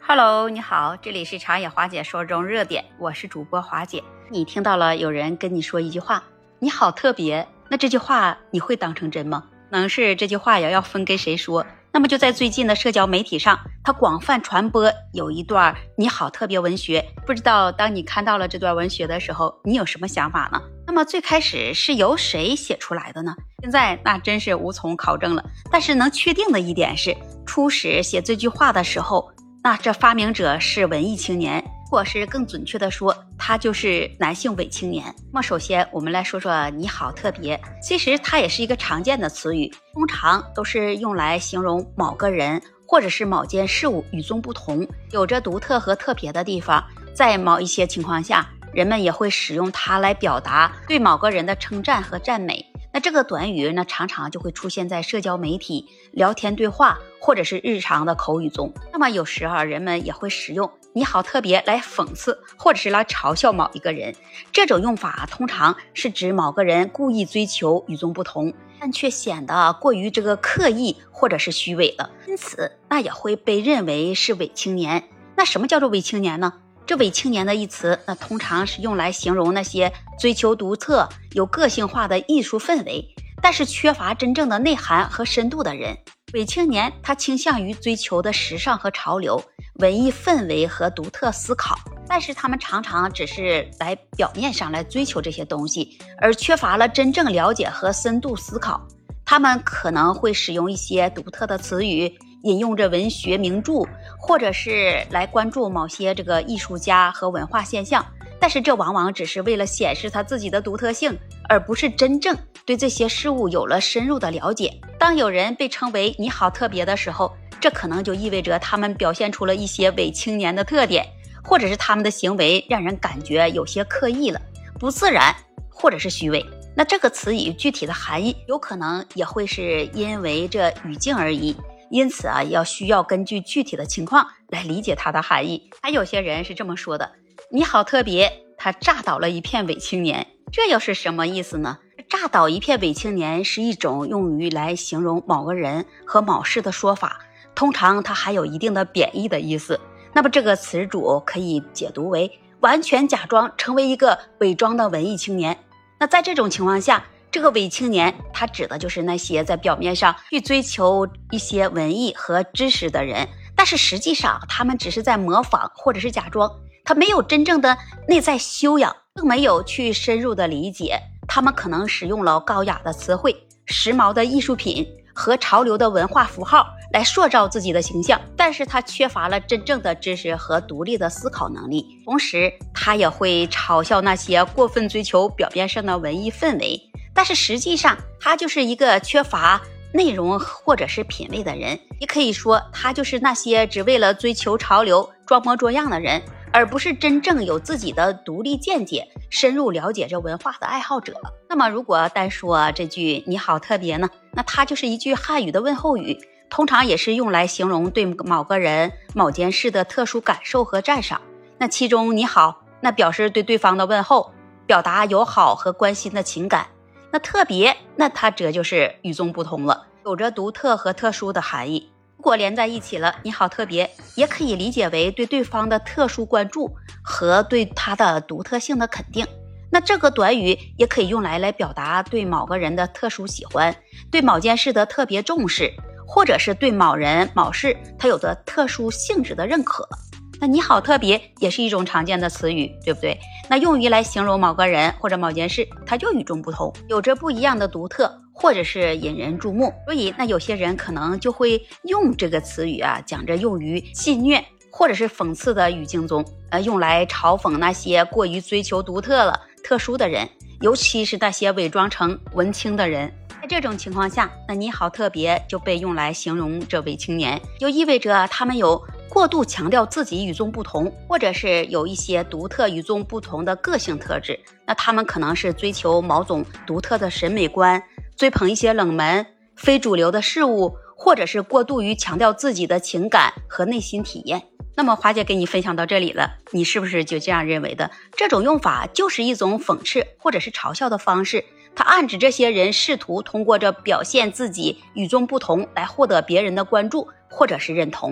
Hello， 你好，这里是长野华姐说中热点，我是主播华姐。你听到了有人跟你说一句话，你好特别，那这句话你会当成真吗？能是这句话也要分给谁说？那么就在最近的社交媒体上，它广泛传播有一段你好特别文学，不知道当你看到了这段文学的时候，你有什么想法呢？那么最开始是由谁写出来的呢？现在那真是无从考证了，但是能确定的一点是，初始写这句话的时候，那这发明者是文艺青年，或是更准确的说，他就是男性伪青年。那么首先我们来说说你好特别，其实它也是一个常见的词语，通常都是用来形容某个人或者是某件事物与众不同，有着独特和特别的地方。在某一些情况下，人们也会使用它来表达对某个人的称赞和赞美。那这个短语呢，常常就会出现在社交媒体、聊天对话或者是日常的口语中。那么有时候人们也会使用你好特别来讽刺或者是来嘲笑某一个人。这种用法通常是指某个人故意追求与众不同，但却显得过于刻意或者是虚伪了，因此那也会被认为是伪青年。那什么叫做伪青年呢？这伪青年的一词，那通常是用来形容那些追求独特、有个性化的艺术氛围，但是缺乏真正的内涵和深度的人。伪青年他倾向于追求的时尚和潮流、文艺氛围和独特思考，但是他们常常只是来表面上来追求这些东西，而缺乏了真正了解和深度思考。他们可能会使用一些独特的词语，引用着文学名著，或者是来关注某些艺术家和文化现象，但是这往往只是为了显示他自己的独特性，而不是真正对这些事物有了深入的了解。当有人被称为你好特别的时候，这可能就意味着他们表现出了一些伪青年的特点，或者是他们的行为让人感觉有些刻意了、不自然，或者是虚伪。那这个词语具体的含义有可能也会是因为这语境而异，因此需要根据具体的情况来理解它的含义。还有些人是这么说的，你好特别，他炸倒了一片伪青年。这又是什么意思呢？炸倒一片伪青年是一种用于来形容某个人和某事的说法，通常它还有一定的贬义的意思。那么这个词主可以解读为完全假装成为一个伪装的文艺青年。那在这种情况下，这个伪青年他指的就是那些在表面上去追求一些文艺和知识的人，但是实际上他们只是在模仿或者是假装，他没有真正的内在修养，更没有去深入的理解。他们可能使用了高雅的词汇、时髦的艺术品和潮流的文化符号来塑造自己的形象，但是他缺乏了真正的知识和独立的思考能力。同时他也会嘲笑那些过分追求表面上的文艺氛围，但是实际上他就是一个缺乏内容或者是品味的人。也可以说他就是那些只为了追求潮流装模作样的人，而不是真正有自己的独立见解、深入了解这文化的爱好者。那么如果单说这句你好特别呢，那它就是一句汉语的问候语，通常也是用来形容对某个人、某件事的特殊感受和赞赏。那其中你好，那表示对对方的问候，表达友好和关心的情感。那特别，那它这就是与众不同了，有着独特和特殊的含义。如果连在一起了，你好特别也可以理解为对对方的特殊关注和对他的独特性的肯定。那这个短语也可以用来表达对某个人的特殊喜欢，对某件事的特别重视，或者是对某人某事它有着特殊性质的认可。那你好特别也是一种常见的词语，对不对？那用于来形容某个人或者某件事，它就与众不同，有着不一样的独特，或者是引人注目。所以那有些人可能就会用这个词语讲着用于戏谑或者是讽刺的语境中，用来嘲讽那些过于追求独特了、特殊的人，尤其是那些伪装成文青的人。在这种情况下，那你好特别就被用来形容这伪青年，就意味着他们有过度强调自己与众不同，或者是有一些独特与众不同的个性特质。那他们可能是追求某种独特的审美观，追捧一些冷门、非主流的事物，或者是过度于强调自己的情感和内心体验。那么华姐给你分享到这里了，你是不是就这样认为的？这种用法就是一种讽刺或者是嘲笑的方式，它暗指这些人试图通过表现自己与众不同来获得别人的关注或者是认同。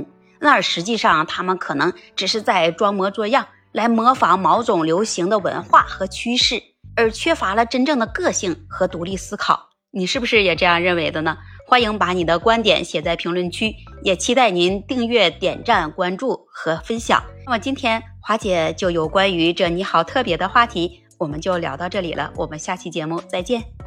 那实际上他们可能只是在装模作样，来模仿某种流行的文化和趋势，而缺乏了真正的个性和独立思考。你是不是也这样认为的呢？欢迎把你的观点写在评论区，也期待您订阅、点赞、关注和分享。那么今天华姐就有关于这你好特别的话题，我们就聊到这里了，我们下期节目再见。